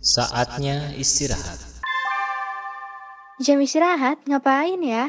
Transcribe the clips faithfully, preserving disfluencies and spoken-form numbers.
Saatnya istirahat. Jam istirahat ngapain ya?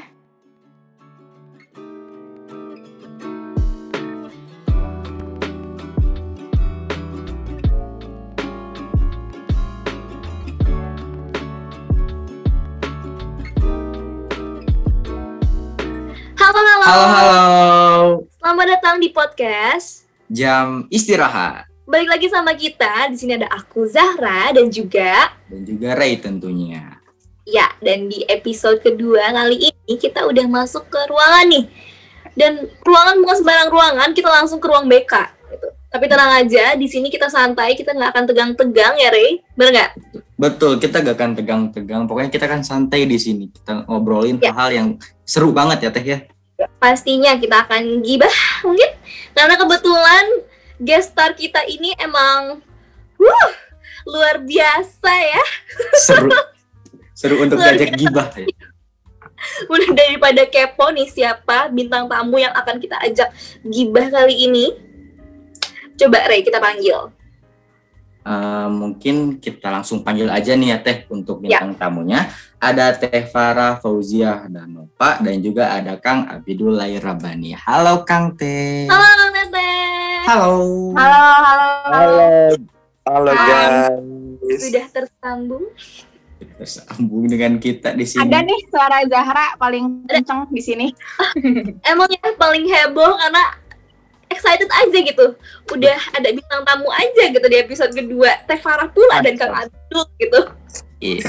Halo, halo. Halo, halo. Selamat datang di podcast Jam istirahat. Balik lagi sama kita. Di sini ada aku Zahra dan juga Dan juga Ray tentunya. ya, dan di episode kedua kali ini kita udah masuk ke ruangan nih. Dan ruangan bukan sembarang ruangan, kita langsung ke ruang B K gitu. Tapi tenang aja, di sini kita santai, kita nggak akan tegang-tegang ya, Ray. Bener nggak? Betul, kita gak akan tegang-tegang. Pokoknya kita kan santai di sini. Kita ngobrolin Ya. hal-hal yang seru banget ya, Teh ya. Pastinya kita akan gibah mungkin. Karena kebetulan guest star kita ini emang wuh, luar biasa ya. Seru. Seru untuk Luar diajak gibah. Ya. Udah daripada kepo nih siapa bintang tamu yang akan kita ajak gibah kali ini. Coba Ray kita panggil. Uh, mungkin kita langsung panggil aja nih ya Teh untuk bintang ya. tamunya. Ada Teh Farah Fauziah Danopa dan juga ada Kang Abidul Lairabani. Halo Kang Teh. Halo Kang Teteh. Halo. Halo, halo. Halo, halo Hai. guys. Sudah tersambung. Tersambung dengan kita di sini. Ada nih suara Zahra paling kenceng di sini. Emang yang paling heboh karena excited aja gitu. Udah ada bintang tamu aja gitu di episode kedua. Teh Farah pula dan Kang Abdul gitu. Iya.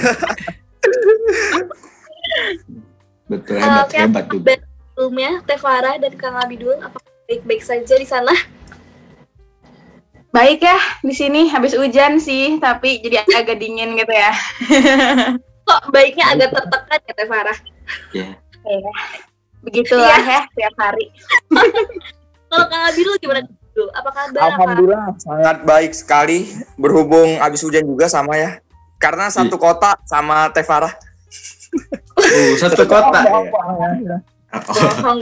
Betul, hebat, Oke, hebat juga. Sebelumnya Teh Farah dan Kang Abidul apakah baik-baik saja di sana? Baik ya di sini habis hujan sih, tapi jadi agak dingin gitu ya. Kok baiknya agak tertekan ya Teh Farah? Ya. Iya. Begitulah ya tiap hari. Kalau Kang Abidul gimana dulu? Apa kabar? Alhamdulillah sangat baik sekali. Berhubung habis hujan juga sama ya. Karena satu kota sama Teh Farah. Uh, satu kota ya. Apa? Bohong.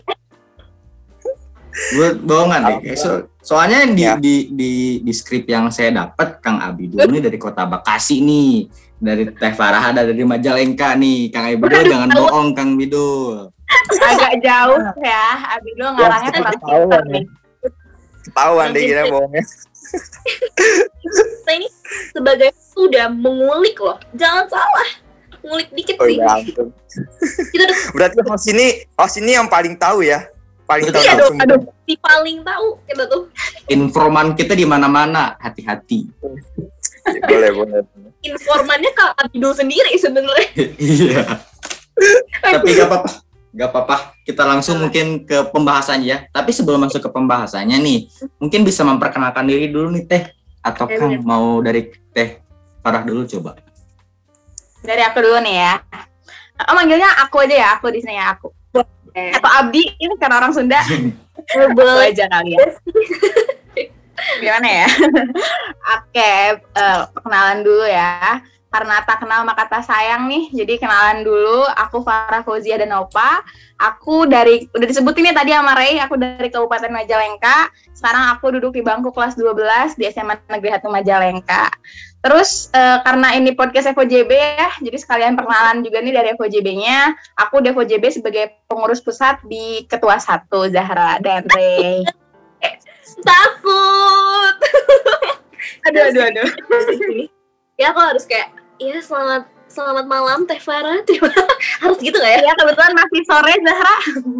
Gue bohongan deh. So, soalnya di, Ya. di di di skrip yang saya dapat Kang Abidul ini dari kota Bekasi nih. Dari Teh Farah ada dari Majalengka nih. Kang Abidul jangan bohong Kang Abidul. Agak jauh ya. Abidul ngarangnya kurang pintar nih. Ketahuan deh kira bohongnya. Kita ini sebagai udah mengulik loh. Jangan salah. Ngulik dikit Oh sih. ya ampun. Kita udah Berarti host ini, host ini yang paling tahu ya. Paling tahu iya dong, sumber. aduh, si paling tahu kita tuh. Informan kita di mana-mana, hati-hati. Boleh, boleh. Informannya Kang Abidul sendiri sebenarnya. Iya. Tapi gak apa-apa. Gak apa-apa. Kita langsung mungkin ke pembahasannya ya. Tapi sebelum masuk ke pembahasannya nih, mungkin bisa memperkenalkan diri dulu nih Teh. Atau Ya, Kang mau dari Teh Farah dulu coba. Dari aku dulu nih ya. Oh, manggilnya aku aja ya, aku di sini ya aku. Atau Abdi, ini karena orang Sunda. Aku Boleh aja kali ya. Gimana ya? Oke, eh, perkenalan dulu ya. Karena tak kenal maka tak sayang nih. Jadi kenalan dulu, aku Farah Fauziah Danopa. Aku dari, udah disebutin nih tadi sama Ray, aku dari Kabupaten Majalengka. Sekarang aku duduk di bangku kelas dua belas di S M A Negeri satu Majalengka. Terus eh, karena ini podcast F O J B ya, jadi sekalian perkenalan juga nih dari F O J B-nya. Aku di F O J B sebagai pengurus pusat di Ketua satu, Zahra dan Ray. takut. Aduh, aduh, aduh. Ya aku harus kayak, ya selamat selamat malam Teh Farah. Terima harus gitu nggak ya? Ya, kebetulan masih sore, Zahra.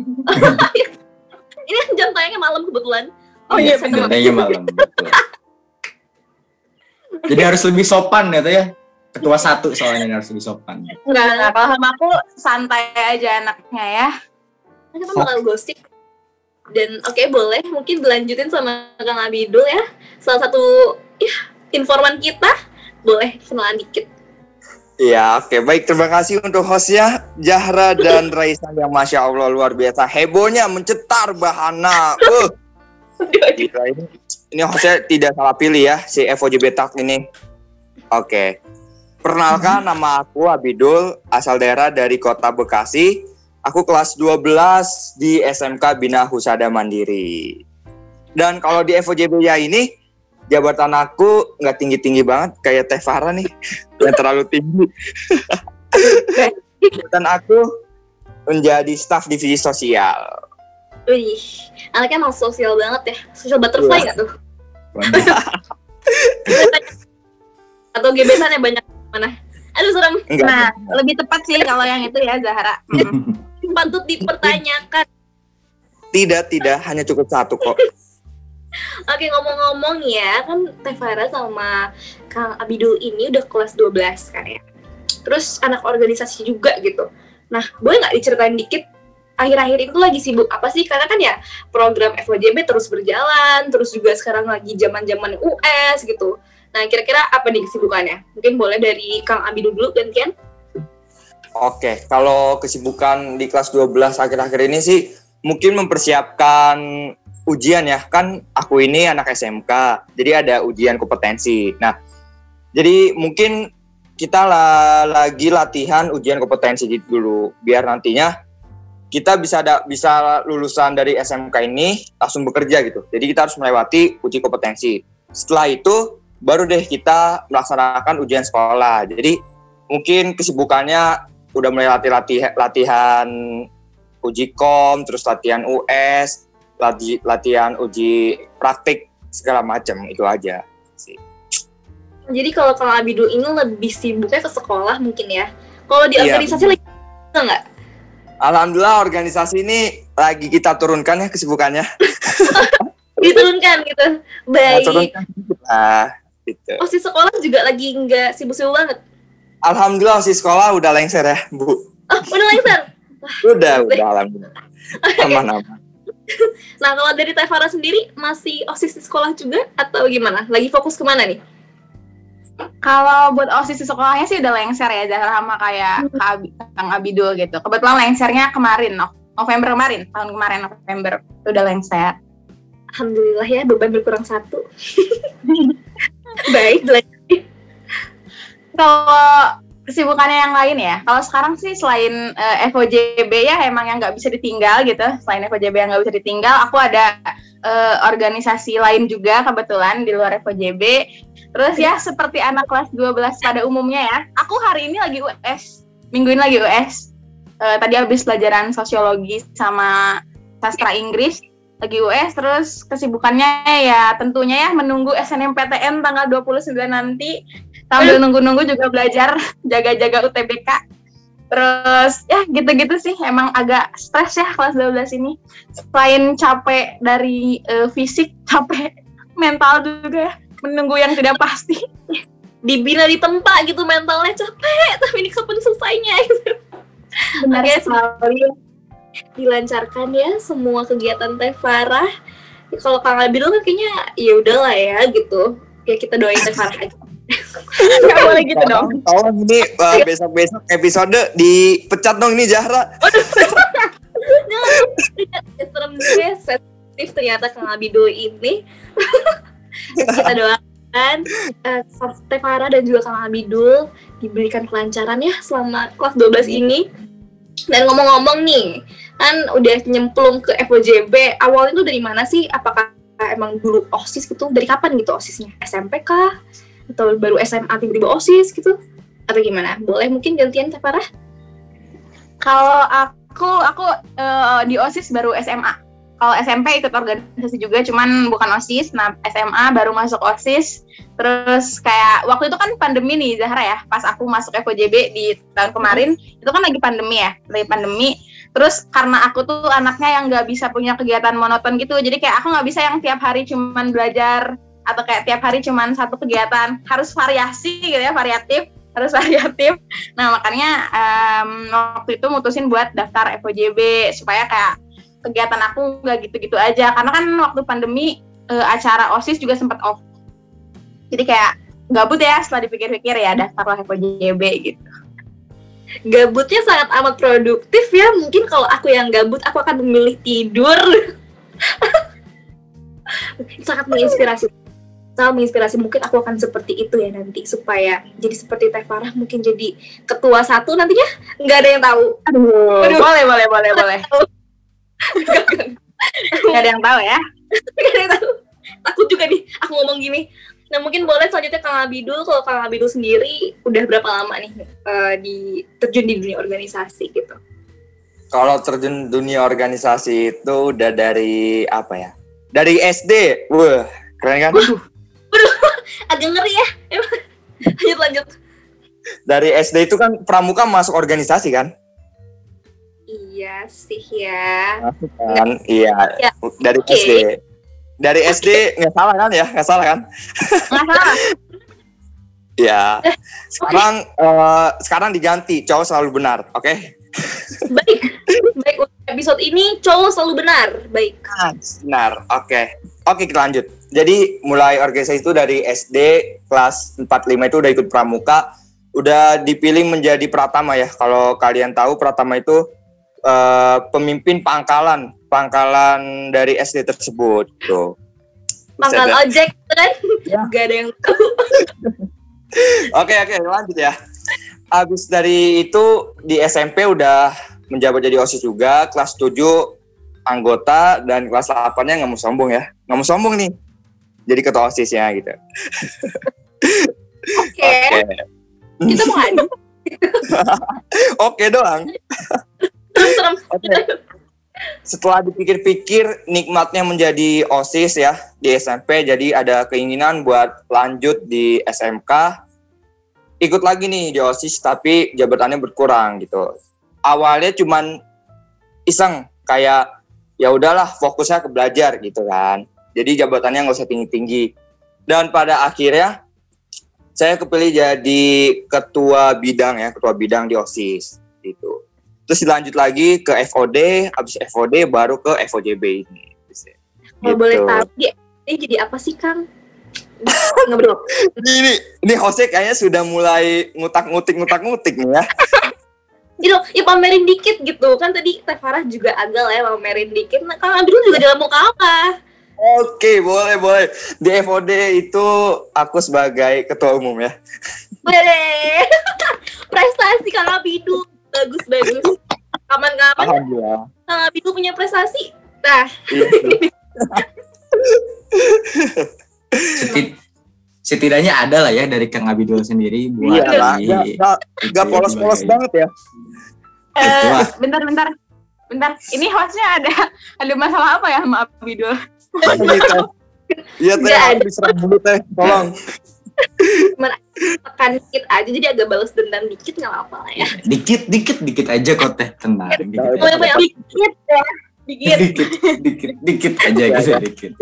Ini kan jam tayangnya malam kebetulan. Oh iya, bener. Katanya malam. Betul. Jadi harus lebih sopan ya Teh ya. Ketua satu soalnya harus lebih sopan. Enggak, enggak. Kalau sama aku santai aja anaknya ya. Nah, kita bakal gosip. Dan oke boleh, mungkin dilanjutin sama Kang Abidul ya. Salah satu ya, informan kita. Boleh kenalan dikit. Iya, oke. Baik, terima kasih untuk hostnya Zahra dan Raisa yang Masya Allah luar biasa. Hebohnya mencetar bahana. Uh. Gila, ini, ini hostnya tidak salah pilih ya, si F O J B Talk ini. Oke. Perkenalkan, nama aku Abidul, asal daerah dari kota Bekasi. Aku kelas dua belas di S M K Bina Husada Mandiri. Dan kalau di F O J B ya ini, jabatan aku nggak tinggi-tinggi banget kayak Teh Farah nih, yang terlalu tinggi. Jabatan aku menjadi staf divisi sosial. Wih, anaknya emang sosial banget ya. Social butterfly nggak tuh? Atau gebetannya banyak mana? Aduh serem. Enggak. Nah, lebih tepat sih kalau yang itu ya, Zahra. Patut dipertanyakan. Tidak, tidak, hanya cukup satu kok. Oke, ngomong-ngomong ya, kan Teh Farah sama Kang Abidul ini udah kelas dua belas kan ya. Terus anak organisasi juga gitu. Nah, boleh nggak diceritain dikit akhir-akhir itu lagi sibuk apa sih? Karena kan ya program F O J B terus berjalan, terus juga sekarang lagi zaman-zaman U S gitu. Nah, kira-kira apa nih kesibukannya? Mungkin boleh dari Kang Abidul dulu gantian. Oke, kalau kesibukan di kelas dua belas akhir-akhir ini sih mungkin mempersiapkan ujian ya. Kan aku ini anak S M K, jadi ada ujian kompetensi. Nah, jadi mungkin kita la- lagi latihan ujian kompetensi dulu, biar nantinya kita bisa ada, bisa lulusan dari S M K ini langsung bekerja gitu. Jadi kita harus melewati uji kompetensi. Setelah itu baru deh kita melaksanakan ujian sekolah. Jadi mungkin kesibukannya udah mulai latih-latih latihan uji kom, terus latihan U S, lati- latihan uji praktik segala macam, itu aja sih. Jadi kalau Kang Abidul ini lebih sibuknya ke sekolah mungkin ya. Kalau di Iya, organisasi lagi enggak? Alhamdulillah organisasi ini lagi kita turunkan ya kesibukannya. Diturunkan gitu. Kita Baik. turunkan nah, gitu. Oh, si sekolah juga lagi nggak sibuk-sibuk banget. Alhamdulillah si sekolah udah lengser ya, Bu. Oh, udah lengser. Udah, udah alhamdulillah. Aman-aman. Nah, kalau dari Teh Farah sendiri masih OSIS di sekolah juga atau gimana? Lagi fokus kemana nih? Kalau buat OSIS di sekolahnya sih udah lengser ya, Zahra sama kayak Kak Abi- Kang Abidul gitu. Kebetulan lengsernya kemarin, No- November kemarin, tahun kemarin November udah lengser. Alhamdulillah ya, beban berkurang satu. Baik, lanjut. Kalau kesibukannya yang lain ya, kalau sekarang sih selain uh, F O J B ya emang yang nggak bisa ditinggal gitu. Selain F O J B yang nggak bisa ditinggal, aku ada uh, organisasi lain juga kebetulan di luar F O J B. Terus ya seperti anak kelas dua belas pada umumnya ya, aku hari ini lagi U S, minggu ini lagi U S. Uh, tadi habis pelajaran sosiologi sama sastra Inggris, lagi U S. Terus kesibukannya ya tentunya ya menunggu S N M P T N tanggal dua puluh sembilan nanti, sambil nunggu-nunggu juga belajar jaga-jaga U T B K. Terus ya gitu-gitu sih, emang agak stres ya kelas dua belas ini. Selain capek dari uh, fisik, capek mental juga, menunggu yang tidak pasti. Dibina di tempat gitu, mentalnya capek, tapi ini kapan selesainya gitu. Benar Oke, sekali. Dilancarkan ya semua kegiatan Teh Farah. Ya, kalau Kang Abidul kan kayaknya ya udahlah ya gitu. Ya kita doain Teh Farah aja. Nggak boleh gitu dong. Tolong ini uh, besok-besok episode dipecat dong ini Zahra. Jangan, ya, serem juga ya, sensitif ternyata Kang Abidul ini. Kita doakan uh, Teh Farah dan juga Kang Abidul diberikan kelancaran ya selama kelas dua belas ini. Dan ngomong-ngomong nih, kan udah nyemplung ke F O J B, awalnya tuh dari mana sih? Apakah emang dulu OSIS gitu? Dari kapan gitu OSISnya? S M P kah? Atau baru S M A tiba-tiba OSIS gitu? Atau gimana? Boleh mungkin gantian Teh Farah? Kalau aku, aku uh, di OSIS baru S M A. Kalau S M P ikut organisasi juga, cuman bukan OSIS. Nah, S M A baru masuk OSIS. Terus kayak waktu itu kan pandemi nih Zahra ya. Pas aku masuk F O J B di tahun kemarin, itu kan lagi pandemi ya, lagi pandemi. Terus karena aku tuh anaknya yang nggak bisa punya kegiatan monoton gitu, jadi kayak aku nggak bisa yang tiap hari cuman belajar atau kayak tiap hari cuman satu kegiatan. Harus variasi gitu ya, variatif. Harus variatif. Nah makanya um, waktu itu mutusin buat daftar F O J B supaya kayak kegiatan aku nggak gitu-gitu aja, karena kan waktu pandemi e, acara OSIS juga sempat off, jadi kayak gabut ya. Setelah dipikir-pikir ya daftarlah F O J B gitu. Gabutnya sangat amat produktif ya. Mungkin kalau aku yang gabut, aku akan memilih tidur. Sangat menginspirasi. Sangat menginspirasi. Mungkin aku akan seperti itu ya nanti, supaya jadi seperti Teh Farah, mungkin jadi ketua satu nantinya. Nggak ada yang tahu. Aduh, Aduh. boleh boleh boleh boleh. Gak ada yang tahu ya. Gak ada yang tahu. Takut juga nih aku ngomong gini. Nah mungkin boleh selanjutnya Kang Abidul, kalau Kang Abidul sendiri udah berapa lama nih uh, di terjun di dunia organisasi gitu? Kalau terjun dunia organisasi itu udah dari apa ya? Dari S D. Wah, keren kan? Waduh, waduh, agak ngeri ya. lanjut lanjut. Dari S D itu kan pramuka masuk organisasi kan? Iya sih ya. Masuk kan? Iya. Ya, dari okay. S D. Dari S D nggak salah kan ya? Nggak salah kan? Nggak salah. Ya. Sekarang okay. uh, sekarang diganti cowok selalu benar, oke? Okay? Baik. Baik, untuk episode ini cowok selalu benar. Baik. Ah, benar. Oke. Okay. Oke, okay, kita lanjut. Jadi mulai organisasi itu dari S D kelas empat lima itu udah ikut pramuka, udah dipilih menjadi Pratama ya. Kalau kalian tahu Pratama itu uh, pemimpin pangkalan, pangkalan dari S D tersebut tuh. Pangkal ojek kan? Ya. Gak ada yang tahu. Oke, oke, lanjut ya. Habis dari itu di S M P udah menjabat jadi OSIS juga, kelas tujuh anggota, dan kelas delapan-nya nggak mau sombong ya. Nggak mau sombong nih. Jadi ketua OSISnya gitu. Oke. Okay. Okay. Kita mau ngadu. Oke doang. Serem. Okay. Setelah dipikir-pikir nikmatnya menjadi OSIS ya di S M P, jadi ada keinginan buat lanjut di S M K. Ikut lagi nih di OSIS tapi jabatannya berkurang gitu. Awalnya cuman iseng kayak ya udahlah fokusnya ke belajar gitu kan. Jadi jabatannya nggak usah tinggi-tinggi. Dan pada akhirnya saya kepilih jadi ketua bidang ya, ketua bidang di OSIS gitu. Terus dilanjut lagi ke F O D, habis F O D baru ke F O J B ini. Kalau gitu. Boleh tahu dia ini jadi apa sih Kang? Ngobrol. ini ini hostnya kayaknya sudah mulai ngutak-ngutik ngutak-ngutik nih ya. Ini loh, ya pamerin dikit gitu kan, tadi Teh Farah juga agak lah ya pamerin dikit. Nah, Kang Abidul juga dalam muka apa? Oke, boleh boleh. Di F O D itu aku sebagai ketua umum ya. Boleh. Prestasi Kang Abidul bagus bagus. Kapan-kapan Alhamdulillah. Kang Abidul punya prestasi. Nah. Setit- setidaknya ada lah ya dari Kang Abidul sendiri buat iya lah, gak polos-polos banget ya. Uh, bentar, bentar, bentar. Ini hostnya ada ada masalah apa ya sama Abidul? Iya Teh, diserang dulu Teh, tolong. Cuman tekan dikit aja, jadi agak balas dendam dikit nggak apa-apa lah ya. Dikit, dikit, dikit aja kok Teh, tenang. Dikit, dikit, dikit, dikit ya. Dikit. dikit, dikit, dikit aja gitu, dikit.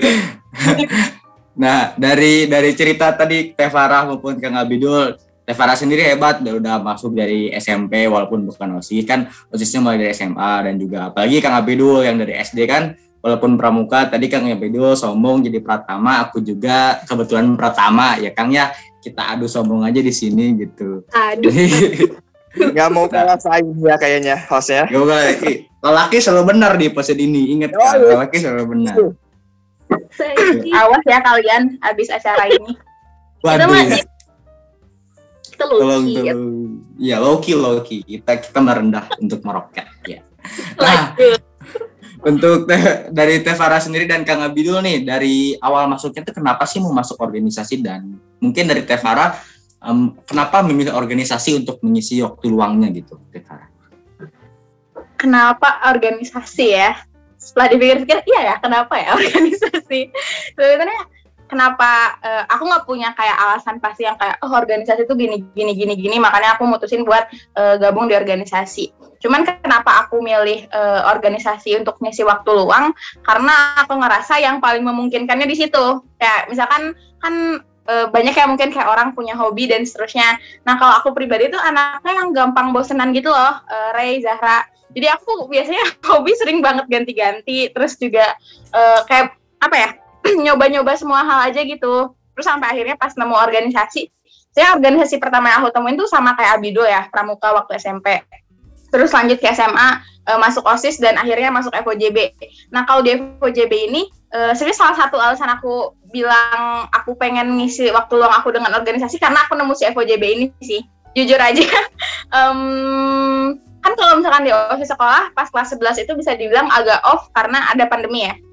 Nah, dari dari cerita tadi Teh Farah maupun Kang Abidul, Teh Farah sendiri hebat, udah masuk dari S M P walaupun bukan OSIS kan, OSISnya mulai dari S M A, dan juga apalagi Kang Abidul yang dari S D kan, walaupun pramuka, tadi Kang Abidul sombong jadi Pratama, aku juga kebetulan Pratama ya Kang ya, kita adu sombong aja di sini gitu. Aduh. Gak mau kalah saing ya kayaknya hostnya. Gak boleh. Lelaki selalu benar di episode ini, ingat kan? Lelaki selalu benar. Awas ya kalian abis acara ini. Waduh. Kita low-key. Ya low-key, low-key. Kita, kita merendah untuk meroket. Ya. Nah, untuk te, dari Teh Farah sendiri dan Kang Abidul nih, dari awal masuknya itu kenapa sih mau masuk organisasi, dan mungkin dari Teh Farah, um, kenapa memilih organisasi untuk mengisi waktu luangnya gitu, Teh Farah? Kenapa organisasi ya? Setelah dipikir-pikir, iya ya, kenapa ya organisasi? Sebenarnya kenapa uh, aku nggak punya kayak alasan pasti yang kayak oh organisasi itu gini gini gini gini, makanya aku mutusin buat uh, gabung di organisasi. Cuman kenapa aku milih uh, organisasi untuk ngisi waktu luang? Karena aku ngerasa yang paling memungkinkannya di situ. Kayak misalkan kan uh, banyak yang mungkin kayak orang punya hobi dan seterusnya. Nah kalau aku pribadi tuh anaknya yang gampang bosenan gitu loh, uh, Ray, Zahra. Jadi aku biasanya hobi sering banget ganti-ganti, terus juga uh, kayak apa ya, nyoba-nyoba semua hal aja gitu. Terus sampai akhirnya pas nemu organisasi, saya organisasi pertama yang aku temuin tuh sama kayak Abidul ya, pramuka waktu S M P. Terus lanjut ke S M A, uh, masuk OSIS, dan akhirnya masuk F O J B. Nah kalau di F O J B ini, uh, sebenarnya salah satu alasan aku bilang aku pengen ngisi waktu luang aku dengan organisasi, karena aku nemu si F O J B ini sih. Jujur aja, um, kan kalau misalkan di OSIS sekolah pas kelas sebelas itu bisa dibilang agak off karena ada pandemi ya.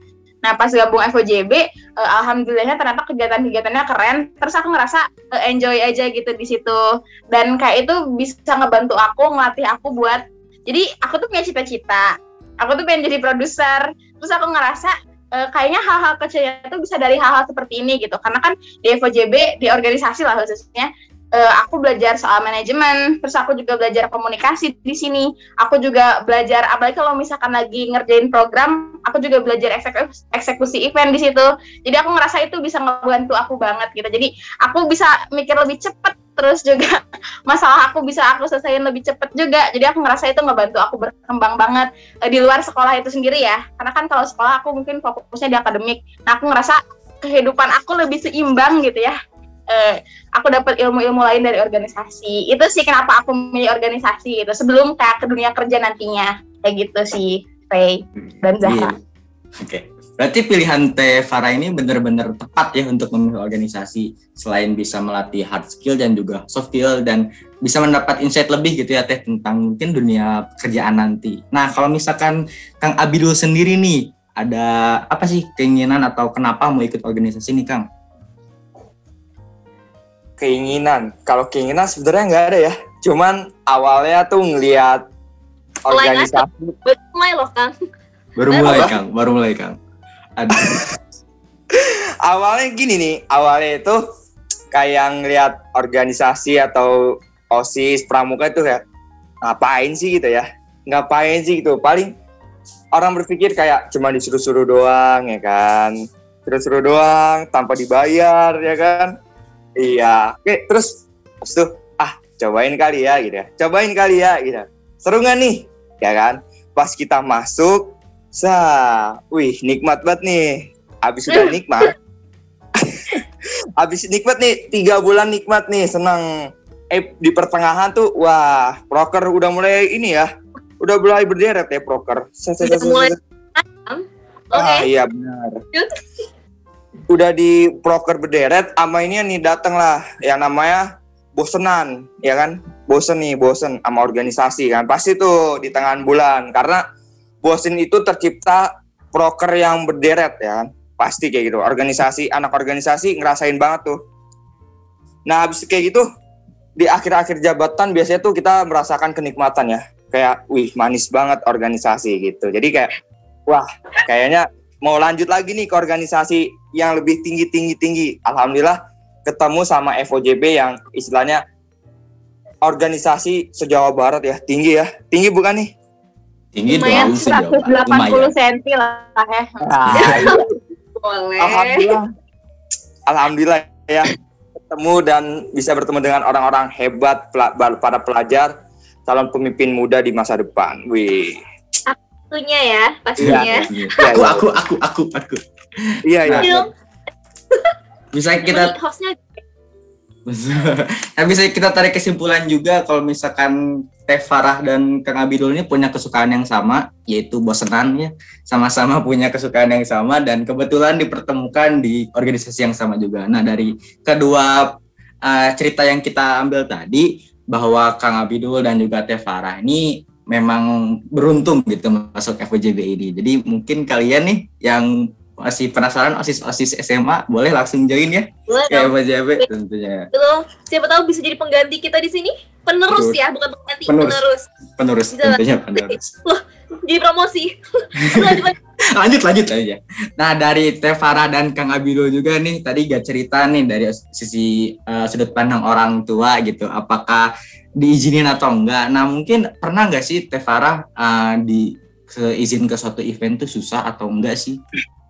Nah pas gabung F O J B, uh, alhamdulillahnya ternyata kegiatan-kegiatannya keren. Terus aku ngerasa uh, enjoy aja gitu di situ. Dan kayak itu bisa ngebantu aku, ngelatih aku buat. Jadi aku tuh punya cita-cita. Aku tuh pengen jadi produser. Terus aku ngerasa uh, kayaknya hal-hal kecilnya itu bisa dari hal-hal seperti ini gitu. Karena kan di F O J B, di organisasi lah khususnya, uh, aku belajar soal manajemen, terus aku juga belajar komunikasi di sini. Aku juga belajar, apalagi kalau misalkan lagi ngerjain program, aku juga belajar eksekusi, eksekusi event di situ. Jadi aku ngerasa itu bisa ngebantu aku banget gitu. Jadi aku bisa mikir lebih cepet, terus juga masalah aku bisa aku selesaiin lebih cepet juga. Jadi aku ngerasa itu ngebantu aku berkembang banget uh, di luar sekolah itu sendiri ya. Karena kan kalau sekolah aku mungkin fokusnya di akademik. Nah aku ngerasa kehidupan aku lebih seimbang gitu ya. Uh, aku dapat ilmu-ilmu lain dari organisasi. Itu sih kenapa aku memilih organisasi gitu. Sebelum kayak ke dunia kerja nantinya. Kayak gitu sih, Faye dan Zahra. Oke. Okay. Berarti pilihan Teh Farah ini benar-benar tepat ya untuk memilih organisasi. Selain bisa melatih hard skill dan juga soft skill dan bisa mendapat insight lebih gitu ya Teh tentang mungkin dunia kerjaan nanti. Nah, kalau misalkan Kang Abidul sendiri nih, ada apa sih keinginan atau kenapa mau ikut organisasi nih Kang? Keinginan, kalau keinginan sebenarnya nggak ada ya. Cuman awalnya tuh ngelihat organisasi. Baru mulai loh Kang. Baru mulai Kang, baru mulai Kang. Aduh. Awalnya gini nih, awalnya itu kayak ngelihat organisasi atau OSIS, pramuka itu kayak ngapain sih gitu ya. Ngapain sih gitu, paling orang berpikir kayak cuma disuruh-suruh doang ya kan. Suruh-suruh doang, tanpa dibayar ya kan. Iya, oke terus terus tuh ah cobain kali ya gitu ya, cobain kali ya gitu. Seru nggak nih, ya kan? Pas kita masuk, sah, wih nikmat banget nih. Abis udah nikmat, abis nikmat nih tiga bulan nikmat nih, senang. Eh di pertengahan tuh, wah proker udah mulai ini ya, udah mulai berderet ya proker. Udah mulai, oke. Ah iya benar. Udah di proker berderet, ama ini nih dateng lah yang namanya bosenan, ya kan? Bosen nih, bosen sama organisasi kan. Pasti tuh di tengah bulan, karena bosen itu tercipta proker yang berderet ya kan. Pasti kayak gitu, organisasi, anak organisasi ngerasain banget tuh. Nah habis kayak gitu, di akhir-akhir jabatan biasanya tuh kita merasakan kenikmatan ya. Kayak, wih manis banget organisasi gitu. Jadi kayak, wah kayaknya mau lanjut lagi nih ke organisasi yang lebih tinggi-tinggi-tinggi. Alhamdulillah ketemu sama F O J B yang istilahnya organisasi se-Jawa Barat ya. Tinggi ya. Tinggi bukan nih? Tinggi lumayan dong seratus delapan puluh sentimeter lah ya. Nah, iya. Boleh. Alhamdulillah. Alhamdulillah ya. Ketemu dan bisa bertemu dengan orang-orang hebat, para pelajar, calon pemimpin muda di masa depan. Wih. Pastinya ya, pastinya. Iya, Aku, iya. aku, aku, aku, aku. Iya, iya. Nah, Bisa kita hostnya Nah, bisa kita tarik kesimpulan juga kalau misalkan Teh Farah dan Kang Abidul ini punya kesukaan yang sama, yaitu bosenan ya, sama-sama punya kesukaan yang sama dan kebetulan dipertemukan di organisasi yang sama juga. Nah, dari kedua uh, cerita yang kita ambil tadi, bahwa Kang Abidul dan juga Teh Farah ini memang beruntung gitu masuk F O J B ini. Jadi mungkin kalian nih yang masih penasaran OSIS-OSIS S M A, boleh langsung join ya boleh ke F dong. O J B tentunya. Betul. Siapa tahu bisa jadi pengganti kita di sini. Penerus Betul. ya, bukan pengganti, Penerus. penerus. Penerus Bisa tentunya penerus. Loh, jadi promosi. lanjut, lanjut. lanjut lanjut aja. Nah, dari Teh Farah dan Kang Abidul juga nih tadi gak cerita nih dari sisi uh, sudut pandang orang tua gitu, apakah diizinin atau enggak. Nah, mungkin pernah nggak sih Teh Farah uh, di ke izin ke suatu event tuh susah atau enggak sih?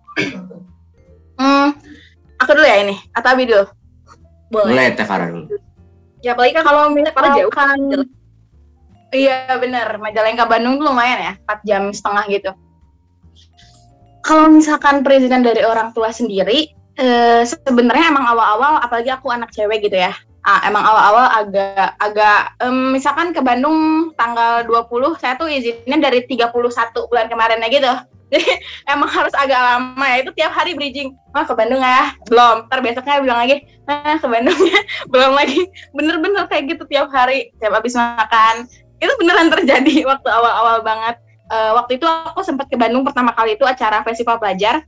Hmm, aku dulu ya ini, atau Abi dulu? Boleh. Boleh Teh Farah dulu. Ya apalagi kan Kalau Farah jauh. misalkan, iya benar, Majalengka Bandung tuh lumayan ya, empat jam setengah gitu. Kalau misalkan perizinan dari orang tua sendiri, eh, sebenarnya emang awal-awal, apalagi aku anak cewek gitu ya, ah, emang awal-awal agak, agak, em, misalkan ke Bandung tanggal dua puluh, saya tuh izinnya dari tiga puluh satu bulan kemarinnya gitu. Jadi emang harus agak lama ya, itu tiap hari bridging, oh ke Bandung ya, belum, ntar besoknya bilang lagi, nah ke Bandung ya, belum lagi, bener-bener kayak gitu tiap hari, tiap habis makan, itu beneran terjadi waktu awal-awal banget. Uh, waktu itu aku sempat ke Bandung pertama kali itu acara festival pelajar,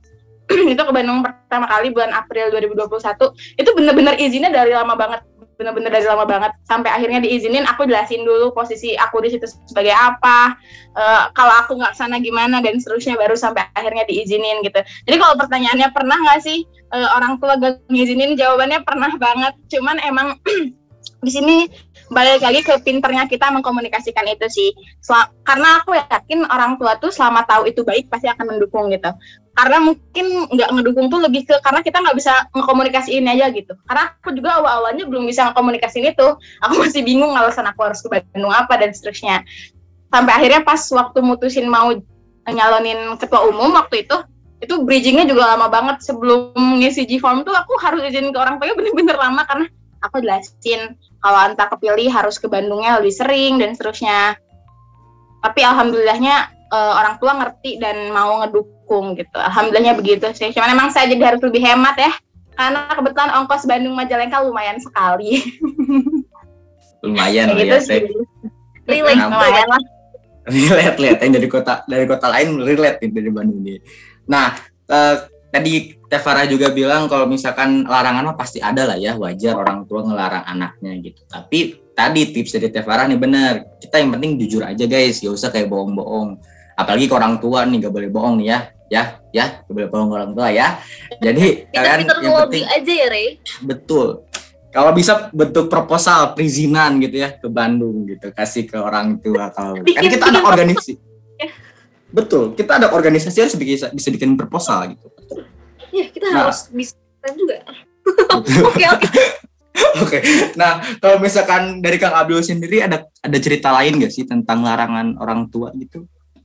itu ke Bandung pertama kali bulan April dua ribu dua puluh satu, itu bener-bener izinnya dari lama banget, bener-bener dari lama banget, sampai akhirnya diizinin. Aku jelasin dulu posisi aku di situ sebagai apa, uh, kalau aku nggak sana gimana dan seterusnya, baru sampai akhirnya diizinin gitu. Jadi kalau pertanyaannya pernah nggak sih uh, orang tua gak ngizinin, jawabannya pernah banget. Cuman emang di sini balik lagi ke pinternya kita mengkomunikasikan itu sih. Sel- karena aku yakin orang tua tuh selama tahu itu baik pasti akan mendukung gitu. Karena mungkin nggak ngedukung tuh lebih ke karena kita nggak bisa ngekomunikasiin aja gitu. Karena aku juga awal-awalnya belum bisa ngekomunikasiin itu. Aku masih bingung alasan aku harus ke Bandung apa dan seterusnya. Sampai akhirnya pas waktu mutusin mau nyalonin ketua umum waktu itu, itu bridgingnya juga lama banget. Sebelum ngisi G-form tuh aku harus izin ke orang tuanya bener-bener lama, karena aku jelasin kalau Anta kepilih harus ke Bandungnya lebih sering dan seterusnya. Tapi alhamdulillahnya uh, orang tua ngerti dan mau ngedukung gitu. Alhamdulillahnya begitu sih. Cuman emang saya jadi harus lebih hemat ya, karena kebetulan ongkos Bandung Majalengka lumayan sekali. Lumayan lah gitu ya sih. teh. Relate. Lumayan lah. Relate lihat yang dari kota dari kota lain relate nih dari Bandung nih. Nah, uh, tadi Teh Farah juga bilang kalau misalkan larangan mah pasti ada lah ya, wajar orang tua ngelarang anaknya gitu. Tapi tadi tips dari Teh Farah nih bener, kita yang penting jujur aja guys, gak usah kayak bohong-bohong. Apalagi ke orang tua nih, gak boleh bohong nih ya, ya, ya, gak boleh bohong ke orang tua ya. Jadi kalian Pinter-pinter yang ngelobi penting aja ya, Rey. betul. Kalau bisa bentuk proposal perizinan gitu ya ke Bandung gitu, kasih ke orang tua. Kalau kan kita ada organisasi, betul, kita ada organisasi harus bisa bisa bikin proposal gitu. Ya, kita Nah. harus bisa juga. Oke, oke. Oke, nah kalau misalkan dari Kang Abdul sendiri ada ada cerita lain nggak sih tentang larangan orang tua gitu?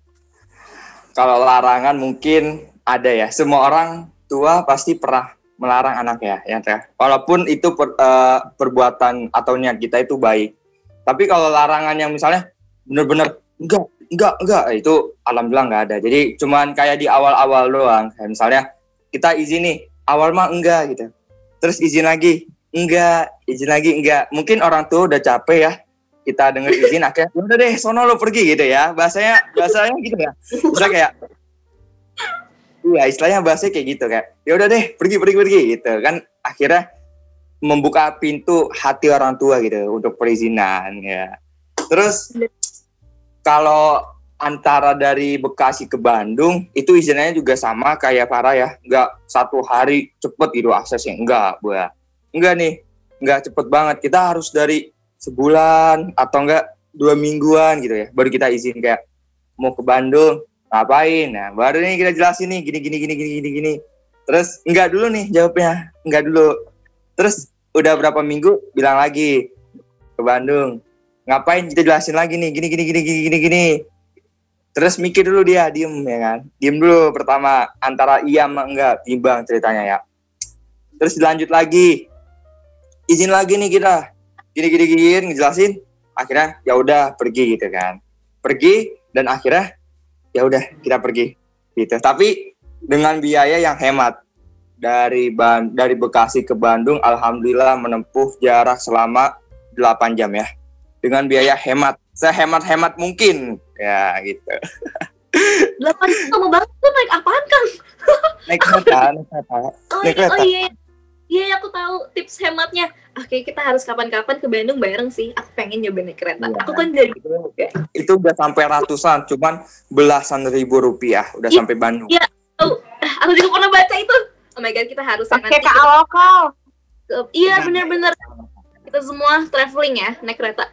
Kalau larangan mungkin ada ya. Semua orang tua pasti pernah melarang anaknya, ya teh. Walaupun itu per, uh, perbuatan atau niat kita itu baik. Tapi kalau larangan yang misalnya benar-benar enggak, enggak, enggak, itu alhamdulillah nggak ada. Jadi cuman kayak di awal-awal doang. Kayak misalnya kita izin nih, awal mah enggak gitu. Terus izin lagi, enggak, izin lagi enggak. Mungkin orang tua udah capek ya. Kita denger izin akhirnya udah deh sono lo pergi gitu ya. Bahasanya bahasanya gitu ya. Bisa kayak iya, istilahnya bahasanya kayak gitu kayak ya udah deh pergi pergi pergi gitu kan, akhirnya membuka pintu hati orang tua gitu untuk perizinan ya. Terus kalau antara dari Bekasi ke Bandung itu izinnya juga sama kayak Farah ya, nggak satu hari cepet gitu aksesnya, enggak buat enggak nih, enggak cepet banget, kita harus dari sebulan atau enggak dua mingguan gitu ya baru kita izin kayak mau ke Bandung ngapain. Nah baru nih kita jelasin nih gini gini gini gini gini gini. Terus enggak dulu nih jawabnya, enggak dulu. Terus udah berapa minggu bilang lagi ke Bandung ngapain, kita jelasin lagi nih gini gini gini gini gini gini. Terus mikir dulu dia, diem ya kan, diem dulu pertama antara iya sama enggak, timbang ceritanya ya. Terus dilanjut lagi izin lagi nih kita gini gini gini ngejelasin, akhirnya ya udah pergi gitu kan, pergi dan akhirnya ya udah kita pergi gitu. Tapi dengan biaya yang hemat, dari Ban- dari Bekasi ke Bandung alhamdulillah menempuh jarak selama delapan jam ya, dengan biaya hemat, sehemat-hemat mungkin ya gitu. delapan lama banget tuh, naik apaan Kang? Naik kereta, naik kereta. Oh, Naik iya, kereta. oh iya, iya aku tahu tips hematnya. Oke, kita harus kapan-kapan ke Bandung bareng sih. Aku pengen nyoba naik kereta. Iya. Aku kan dari itu, itu udah sampai ratusan, cuman belasan ribu rupiah udah Iya. sampai Bandung. Iya. Aku juga pernah baca itu. Oh my god, kita harus ya Pakai nanti K A lokal. ke- Iya benar-benar kita semua traveling ya naik kereta.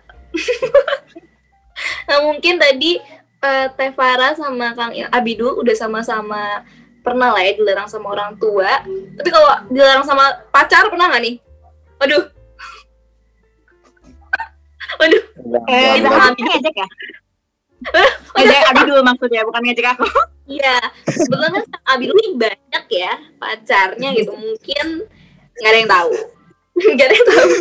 Nah mungkin tadi uh, Teh Farah sama Kang Abidul udah sama-sama pernah lah ya dilarang sama orang tua. Tapi kalau dilarang sama pacar pernah nggak nih? Waduh. Waduh. Eh, Kita bukan hamil. ngejek ya? Ngejek Abi dulu maksudnya, bukan ngejek aku. Iya, sebetulnya kan Kang Abidul ini banyak ya pacarnya gitu. Mungkin nggak ada yang tahu. Nggak ada yang tahu.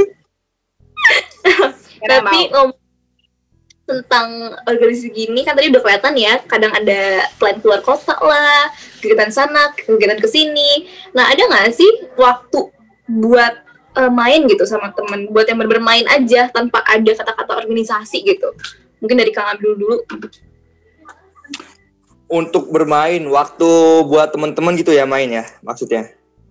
Tapi ngomong tentang organisasi gini kan tadi udah kelihatan ya, kadang ada plan keluar kota lah, kegiatan sana, kegiatan kesini. Nah ada nggak sih waktu buat uh, main gitu sama temen, buat yang bermain aja tanpa ada kata-kata organisasi gitu? Mungkin dari Kang Abdul dulu. untuk bermain, waktu buat teman-teman gitu ya main ya maksudnya.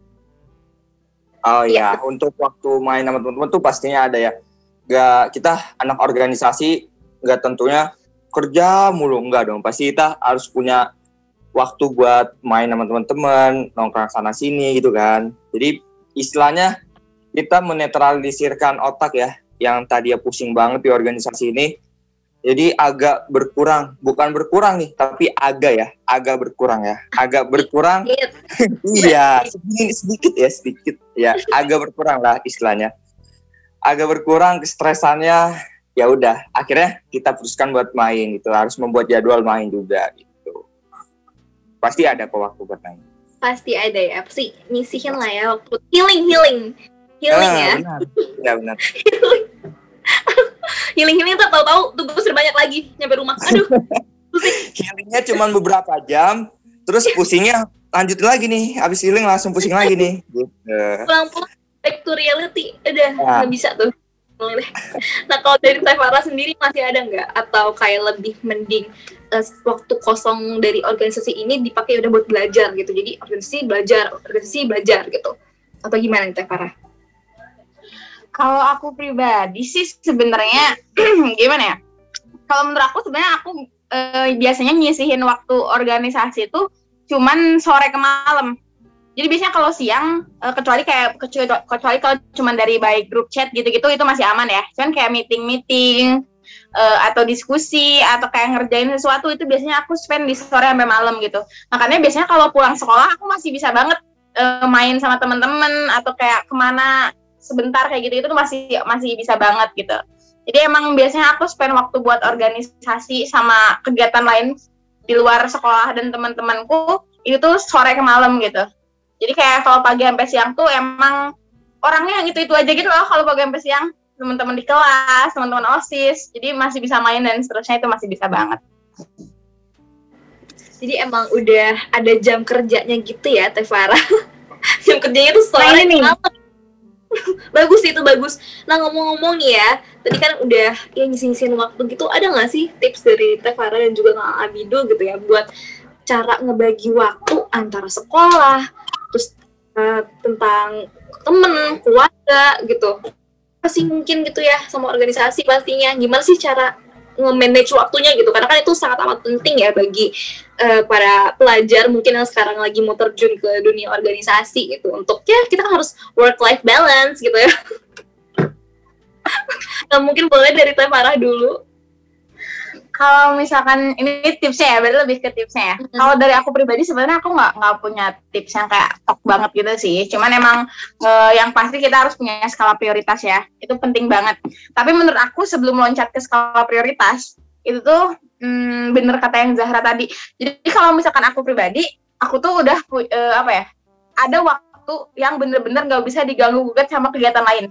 Oh ya, Iya. untuk waktu main sama teman-teman tuh pastinya ada ya. Gak, kita anak organisasi gak tentunya kerja mulu, enggak dong. Pasti kita harus punya waktu buat main sama teman-teman, nongkrong sana sini gitu kan. Jadi istilahnya kita menetralisirkan otak ya, yang tadi ya pusing banget di organisasi ini. Jadi agak berkurang, bukan berkurang nih, tapi agak ya, agak berkurang ya, agak berkurang. Iya, sedikit, sedikit ya, sedikit ya, agak berkurang lah istilahnya. Agak berkurang kestresannya, ya udah. Akhirnya kita putuskan buat main gitu, harus membuat jadwal main juga gitu. Pasti ada kok waktu buat main. Pasti ada ya, pasti nyisihin lah ya waktu healing, healing, healing ah, ya. Benar, ya benar. Healing healing tak tahu-tahu tugas udah banyak lagi nyampe rumah. Aduh, pusing. Healingnya cuma beberapa jam, terus pusingnya lanjut lagi nih. Abis healing langsung pusing lagi nih. Gitu. Pulang-pulang back to reality, udah Nah. nggak bisa tuh. Nah kalau dari Teh Farah sendiri masih ada nggak? Atau kayak lebih mending uh, waktu kosong dari organisasi ini dipakai udah buat belajar gitu. Jadi organisasi belajar, organisasi belajar gitu. Atau gimana nih Teh Farah? Kalau aku pribadi sih sebenarnya gimana ya? Kalau menurut aku sebenarnya aku eh, biasanya nyisihin waktu organisasi itu cuman sore ke malam. Jadi biasanya kalau siang eh, kecuali kayak kecuali, kecuali kalau cuman dari baik grup chat gitu-gitu itu masih aman ya. Cuman kayak meeting-meeting eh, atau diskusi atau kayak ngerjain sesuatu itu biasanya aku spend di sore sampai malam gitu. Makanya biasanya kalau pulang sekolah aku masih bisa banget eh, main sama teman-teman atau kayak kemana sebentar kayak gitu itu tuh masih masih bisa banget gitu. Jadi emang biasanya aku spend waktu buat organisasi sama kegiatan lain di luar sekolah dan teman-temanku itu tuh sore ke malam gitu. Jadi kayak kalau pagi sampai siang tuh emang orangnya yang itu-itu aja gitu loh kalau pagi sampai siang. Teman-teman di kelas, teman-teman OSIS, jadi masih bisa main dan seterusnya itu masih bisa banget. Jadi emang udah ada jam kerjanya gitu ya Teh Farah. Jam kerjanya tuh sore Nah, ini nih. malam. Bagus itu bagus. Nah ngomong-ngomong nih ya, tadi kan udah ya ngisi-ngisiin waktu gitu, ada nggak sih tips dari Teh Farah dan juga Kang Abidul gitu ya buat cara ngebagi waktu antara sekolah, terus uh, tentang temen, keluarga gitu. Pasti mungkin gitu ya sama organisasi pastinya. Gimana sih cara nge-manage waktunya gitu? Karena kan itu sangat amat penting ya bagi uh, para pelajar mungkin yang sekarang lagi mau terjun ke dunia organisasi gitu. Untuk ya kita kan harus work-life balance gitu ya. Nah mungkin boleh dari Teh Farah dulu. Kalau misalkan ini tipsnya ya, berarti lebih ke tipsnya ya. Mm-hmm. Kalau dari aku pribadi sebenarnya aku nggak nggak punya tips yang kayak tok banget gitu sih. Cuman emang eh, yang pasti kita harus punya skala prioritas ya. Itu penting banget. Tapi menurut aku sebelum loncat ke skala prioritas itu tuh hmm, bener kata yang Zahra tadi. Jadi kalau misalkan aku pribadi, aku tuh udah eh, apa ya? Ada waktu yang bener-bener nggak bisa diganggu gugat sama kegiatan lain.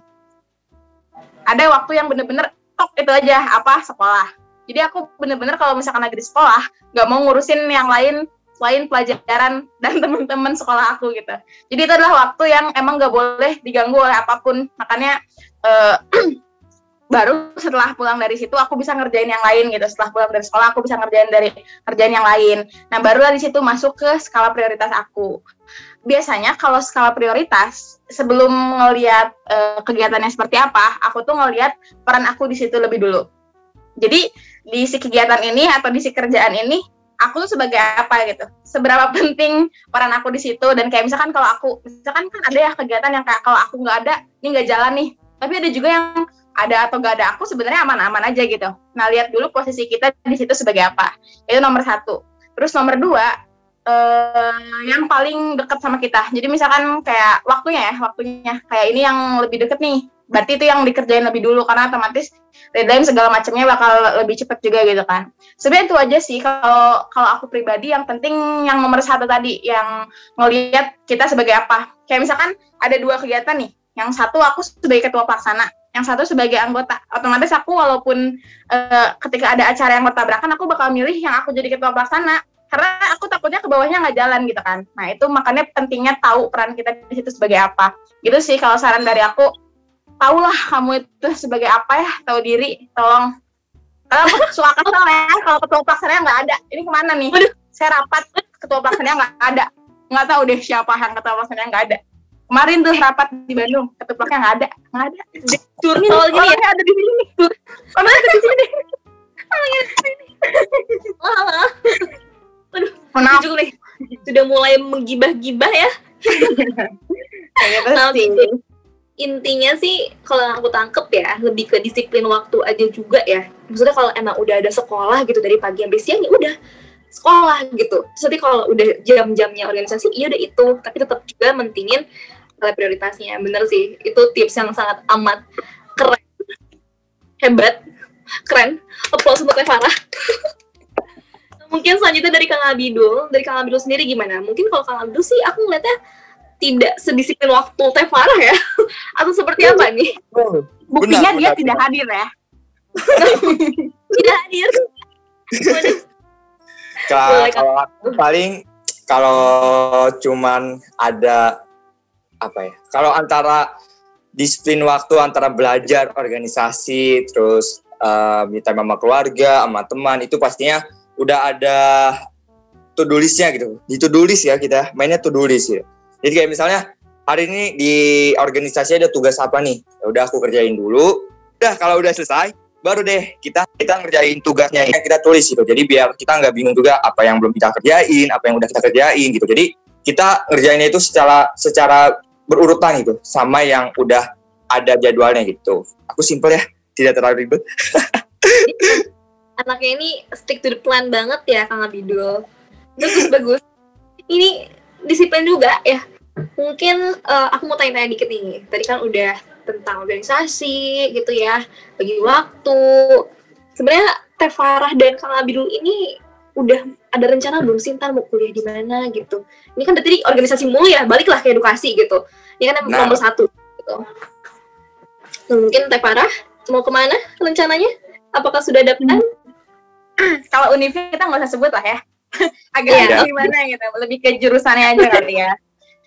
Ada waktu yang bener-bener tok itu aja apa sekolah. Jadi aku bener-bener kalau misalkan lagi di sekolah nggak mau ngurusin yang lain selain pelajaran dan teman-teman sekolah aku gitu. Jadi itu adalah waktu yang emang nggak boleh diganggu oleh apapun. Makanya eh, baru setelah pulang dari situ aku bisa ngerjain yang lain gitu. Setelah pulang dari sekolah aku bisa ngerjain dari ngerjain yang lain. Nah barulah di situ masuk ke skala prioritas aku. Biasanya kalau skala prioritas sebelum ngelihat uh, kegiatannya seperti apa, aku tuh ngelihat peran aku di situ lebih dulu. Jadi di si kegiatan ini atau di si kerjaan ini aku tuh sebagai apa gitu. Seberapa penting peran aku di situ dan kayak misalkan kalau aku misalkan kan ada ya kegiatan yang kayak kalau aku nggak ada, ini nggak jalan nih. Tapi ada juga yang ada atau nggak ada aku sebenarnya aman-aman aja gitu. Nah lihat dulu posisi kita di situ sebagai apa. Itu nomor satu. Terus nomor dua Uh, yang paling dekat sama kita. Jadi misalkan kayak waktunya ya, waktunya kayak ini yang lebih deket nih. Berarti itu yang dikerjain lebih dulu karena otomatis deadline segala macamnya bakal lebih cepat juga gitu kan. Sebenarnya itu aja sih kalau kalau aku pribadi yang penting yang nomor satu tadi yang ngelihat kita sebagai apa. Kayak misalkan ada dua kegiatan nih. Yang satu aku sebagai ketua pelaksana, yang satu sebagai anggota. Otomatis aku walaupun uh, ketika ada acara yang bertabrakan aku bakal milih yang aku jadi ketua pelaksana. Karena aku takutnya ke bawahnya nggak jalan gitu kan. Nah itu makanya pentingnya tahu peran kita di situ sebagai apa. Gitu sih kalau saran dari aku. Tahulah kamu itu sebagai apa ya, tahu diri, tolong. Kalau aku suka kesel ya, kalau ketua pelaksananya nggak ada. Ini kemana nih? saya rapat ketua pelaksananya nggak ada, nggak tahu deh siapa yang ketua pelaksananya nggak ada. Kemarin tuh rapat di Bandung, ketua pelaksananya nggak ada, nggak ada. Curcol gini ya. Orangnya ada di sini, orangnya ada di sini. Wah, aduh, Maaf, jujur nih, sudah mulai menggibah-gibah ya. kayak gitu Nah, sih. Intinya sih kalau yang aku tangkep ya lebih ke disiplin waktu aja juga ya. Maksudnya kalau emang udah ada sekolah gitu dari pagi sampai siang ya udah sekolah gitu. Terus nanti kalau udah jam-jamnya organisasi iya udah itu, tapi tetap juga mentingin prioritasnya. Bener sih, itu tips yang sangat amat keren, hebat, keren. Applause untuk Teh Farah. Mungkin selanjutnya dari Kang Abidul, dari Kang Abidul sendiri gimana? Mungkin kalau Kang Abidul sih aku ngeliatnya tidak sedisiplin waktu Teh Farah ya, atau seperti apa nih? Buktinya Benar, dia benar, tidak benar. hadir ya. Tidak hadir. Waduh. Ka- Boleh, Kak. Kalau aku paling kalau cuman ada apa ya? Kalau antara disiplin waktu antara belajar, organisasi, terus uh, me time sama keluarga, sama teman itu pastinya udah ada to-do list-nya gitu. Di to-do list ya kita mainnya to-do list ya. Jadi kayak misalnya hari ini di organisasi ada tugas apa nih? Ya udah aku kerjain dulu. Udah kalau udah selesai baru deh kita kita ngerjain tugasnya yang kita tulis gitu. Jadi biar kita nggak bingung juga apa yang belum kita kerjain, apa yang udah kita kerjain gitu. Jadi kita ngerjainnya itu secara secara berurutan gitu, sama yang udah ada jadwalnya gitu. Aku simpel ya, tidak terlalu ribet. Anaknya ini stick to the plan banget ya Kang Abidul. Bagus bagus. Ini disiplin juga ya. Mungkin uh, aku mau tanya-tanya dikit nih. Tadi kan udah tentang organisasi gitu ya, bagi waktu. Sebenarnya Teh Farah dan Kang Abidul ini udah ada rencana belum sih ntar mau kuliah di mana gitu? Ini kan berarti organisasi mulu ya, baliklah ke edukasi gitu. Ini kan Nah. nomor satu gitu. Nah, mungkin Teh Farah mau kemana rencananya? Apakah sudah ada plan? Kalau univnya kita nggak usah sebut lah ya. Agak Iya. gimana gitu, lebih ke jurusannya aja kali ya.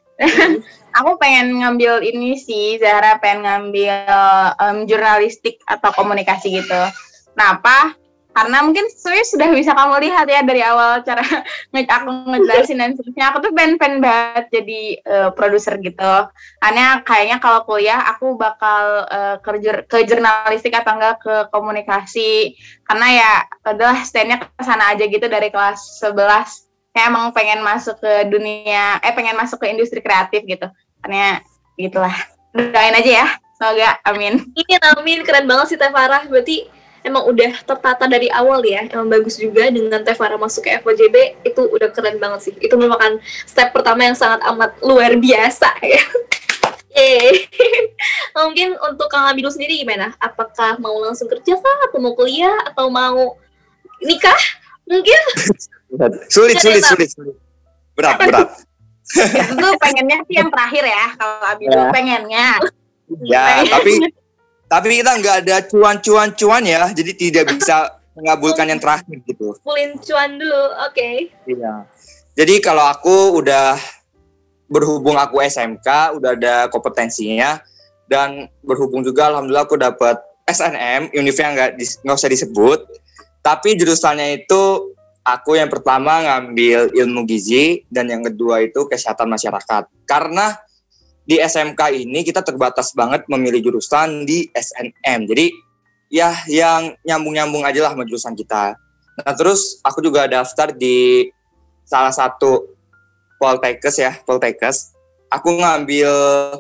Aku pengen ngambil ini sih, Zahra pengen ngambil em, jurnalistik atau komunikasi gitu. Kenapa? Karena mungkin sebenarnya sudah bisa kamu lihat ya dari awal cara nge- aku ngejelasin dan seterusnya. Aku tuh pengen-pengen banget jadi eh, produser gitu. Karena kayaknya kalau kuliah aku bakal eh, ke, jur- ke jurnalistik atau enggak ke komunikasi. Karena ya adalah stand-nya ke sana aja gitu dari kelas sebelas. Kayak emang pengen masuk ke dunia, eh pengen masuk ke industri kreatif gitu. Karena gitulah. Doain aja ya. Semoga amin. Ini amin, keren banget sih Teh Farah. Berarti emang udah tertata dari awal ya. Emang bagus juga dengan Teh Farah masuk ke F O J B, itu udah keren banget sih. Itu merupakan step pertama yang sangat amat luar biasa ya. Yeay. Mungkin untuk Kang Abidul sendiri gimana? Apakah mau langsung kerja kah? Atau mau kuliah? Atau mau nikah? Mungkin? Sulit, sulit, sulit, sulit. Berat, berat. Itu pengennya sih yang terakhir ya. Kalau Abidul Ya. pengennya. Ya, tapi tapi kita nggak ada cuan-cuan-cuan ya, jadi tidak bisa mengabulkan yang terakhir gitu. Pulin cuan dulu, oke. Iya. Jadi kalau aku udah berhubung aku S M K, udah ada kompetensinya, dan berhubung juga alhamdulillah aku dapat S N M, univnya nggak dis- nggak usah disebut, tapi jurusannya itu aku yang pertama ngambil ilmu gizi dan yang kedua itu kesehatan masyarakat. Karena di S M K ini kita terbatas banget memilih jurusan di S N M. Jadi ya yang nyambung-nyambung aja lah sama jurusan kita. Nah terus aku juga daftar di salah satu Poltekkes ya, Poltekkes. Aku ngambil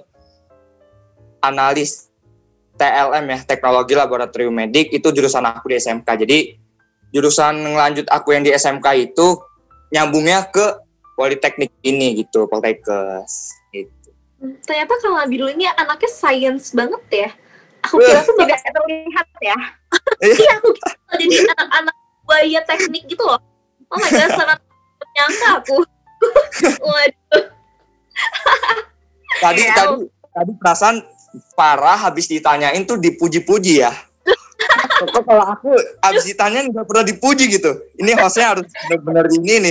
analis T L M ya, teknologi laboratorium medik, itu jurusan aku di S M K. Jadi jurusan lanjut aku yang di S M K itu nyambungnya ke Politeknik ini gitu, Poltekkes. Gitu. Ternyata Kang Abidul ini anaknya science banget ya. Aku Eh. kira tuh Tidak bakal terlihat ya. iya, aku kira bakal jadi anak-anak buaya teknik gitu loh. Oh my god, sangat menyangka aku. Waduh. Tadi Ya. tadi tadi perasaan Farah habis ditanyain tuh dipuji-puji ya. Kok kalau aku habis ditanyain nggak pernah dipuji gitu. Ini hostnya harus benar-benar ini nih.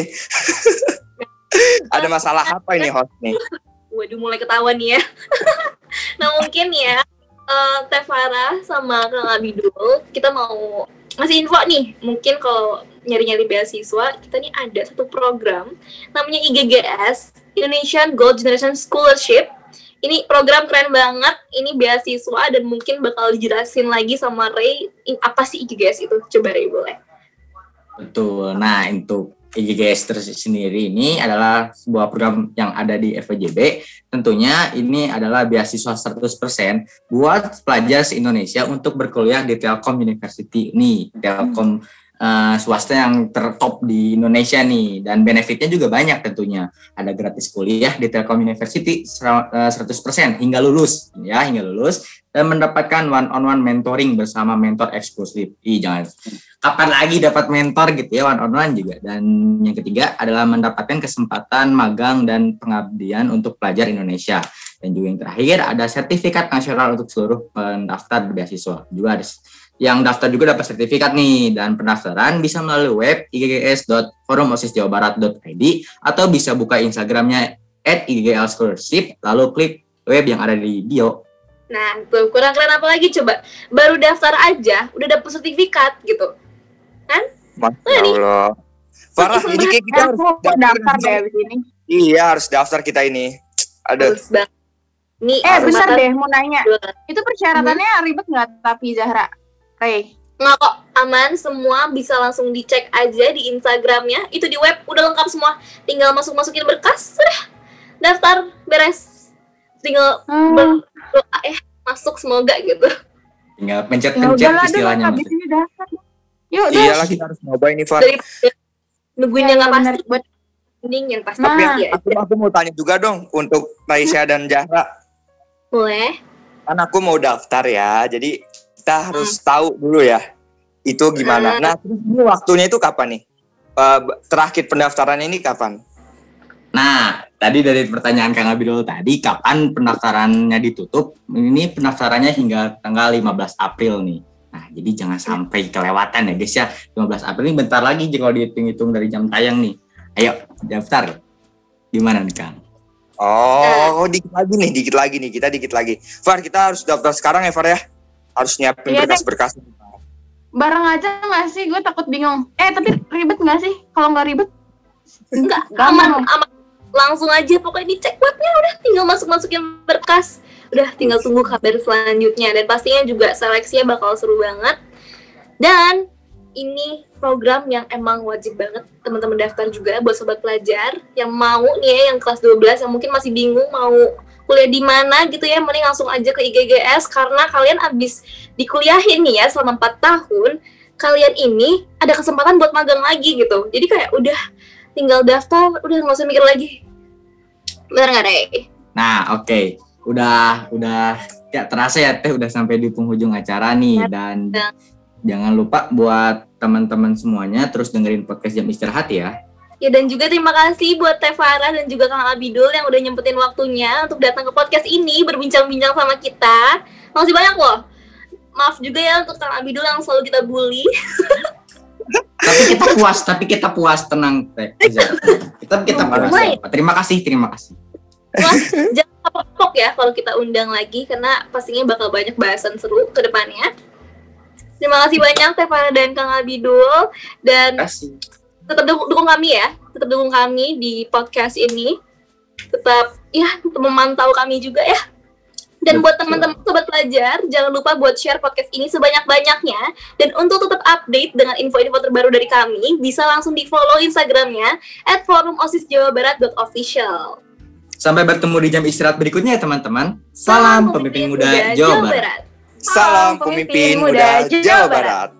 Ada masalah apa ini host nih? Waduh, mulai ketahuan nih ya. Nah mungkin ya, eh, Teh Farah sama Kang Abidul, kita mau masih info nih, mungkin kalau nyari-nyari beasiswa, kita nih ada satu program namanya I G G S, Indonesian Gold Generation Scholarship. Ini program keren banget, ini beasiswa dan mungkin bakal dijelasin lagi sama Ray apa sih I G G S itu. Coba Ray boleh. Betul. Nah, untuk I G G S sendiri ini adalah sebuah program yang ada di F E J B. Tentunya ini adalah beasiswa seratus persen buat pelajar se-Indonesia untuk berkuliah di Telkom University ini. Telkom uh, swasta yang tertop di Indonesia nih. Dan benefitnya juga banyak tentunya. Ada gratis kuliah di Telkom University seratus persen hingga lulus. Ya, hingga lulus. Dan mendapatkan one-on-one mentoring bersama mentor eksklusif. Ih, jangan... Kapan lagi dapat mentor gitu ya, one on one juga. Dan yang ketiga adalah mendapatkan kesempatan magang dan pengabdian untuk pelajar Indonesia. Dan juga yang terakhir ada sertifikat nasional untuk seluruh pendaftar beasiswa. Juga ada yang daftar juga dapat sertifikat nih. Dan pendaftaran bisa melalui web i g g s dot forum osis jawa barat dot i d atau bisa buka Instagramnya at i g g l scholarship lalu klik web yang ada di bio. Nah, tuh kurang keren apa lagi coba? Baru daftar aja udah dapet sertifikat gitu. Kan? Masya Allah. Farah, ini kayak kita harus Aku daftar deh abis ini. Iya, harus daftar kita ini. Ada. Terus banget. Nih, Eh, bentar kesempatan deh, mau nanya. dua. Itu persyaratannya ribet nggak tapi Zahra? Ray? Nggak kok, aman, semua bisa langsung dicek aja di Instagramnya. Itu di web udah lengkap semua. Tinggal masuk-masukin berkas, sudah. Daftar, beres. Tinggal Hmm. berdoa eh masuk semoga gitu. Tinggal Ya pencet-pencet udahlah dong, istilahnya. habis Mas. ini daftar. Yuk, Iyalah Des. kita harus nyobain nih, Far. Dari nungguin yang nggak bener, pasti, buat mending yang pasti Nah. pasti aja. Aku, aku mau tanya juga dong untuk Raisya dan Zahra. Boleh. Kan aku mau daftar ya, jadi kita harus tahu dulu ya itu gimana. Nah, terus ini waktunya itu kapan nih? Uh, terakhir pendaftaran ini kapan? Nah, tadi dari pertanyaan Kang Abidul tadi, kapan pendaftarannya ditutup? Ini pendaftarannya hingga tanggal lima belas April nih. Nah, jadi jangan sampai kelewatan ya guys ya. lima belas April ini bentar lagi kalau dihitung-hitung dari jam tayang nih. Ayo, daftar. Gimana nih Kang? Oh, dikit lagi nih, dikit lagi nih, kita dikit lagi. Far, kita harus daftar sekarang ya, Far ya. Harus nyiapin Iya, berkas-berkas. bareng aja nggak sih? Gue takut bingung. Eh, tapi ribet nggak sih? Kalau nggak ribet? Enggak, Gampang. aman, aman. Langsung aja pokoknya dicek webnya udah tinggal masuk-masukin berkas. Udah tinggal tunggu kabar selanjutnya dan pastinya juga seleksinya bakal seru banget. Dan ini program yang emang wajib banget teman-teman daftar juga buat sobat pelajar yang mau nih ya, yang kelas dua belas yang mungkin masih bingung mau kuliah di mana gitu ya, mending langsung aja ke I G G S karena kalian abis dikuliahin nih ya selama empat tahun, kalian ini ada kesempatan buat magang lagi gitu. Jadi kayak udah tinggal daftar, udah nggak usah mikir lagi. Bener nggak deh? Nah, oke. Okay. Udah udah ya terasa ya Teh udah sampai di penghujung acara nih dan Ya. jangan lupa buat teman-teman semuanya terus dengerin podcast Jam Istirahat ya. Ya dan juga terima kasih buat Teh Farah dan juga Kang Abidul yang udah nyempetin waktunya untuk datang ke podcast ini berbincang-bincang sama kita. Makasih banyak loh. Maaf juga ya untuk Kang Abidul yang selalu kita bully. Tapi kita puas, tapi kita puas, tenang Teh. Kita kita puas. Terima kasih, terima kasih. Mas, jangan kapok ya kalau kita undang lagi karena pastinya bakal banyak bahasan seru ke depannya. Terima kasih banyak Teh Farah dan Kang Abidul dan Terima kasih. tetap dukung, dukung kami ya, tetap dukung kami di podcast ini. Tetap ya memantau kami juga ya. Dan buat teman-teman sobat pelajar, jangan lupa buat share podcast ini sebanyak-banyaknya. Dan untuk tetap update dengan info-info terbaru dari kami, bisa langsung di-follow Instagramnya at forum osis jawa barat dot official. Sampai bertemu di jam istirahat berikutnya ya teman-teman. Salam pemimpin muda Jawa Barat. Salam pemimpin muda Jawa Barat.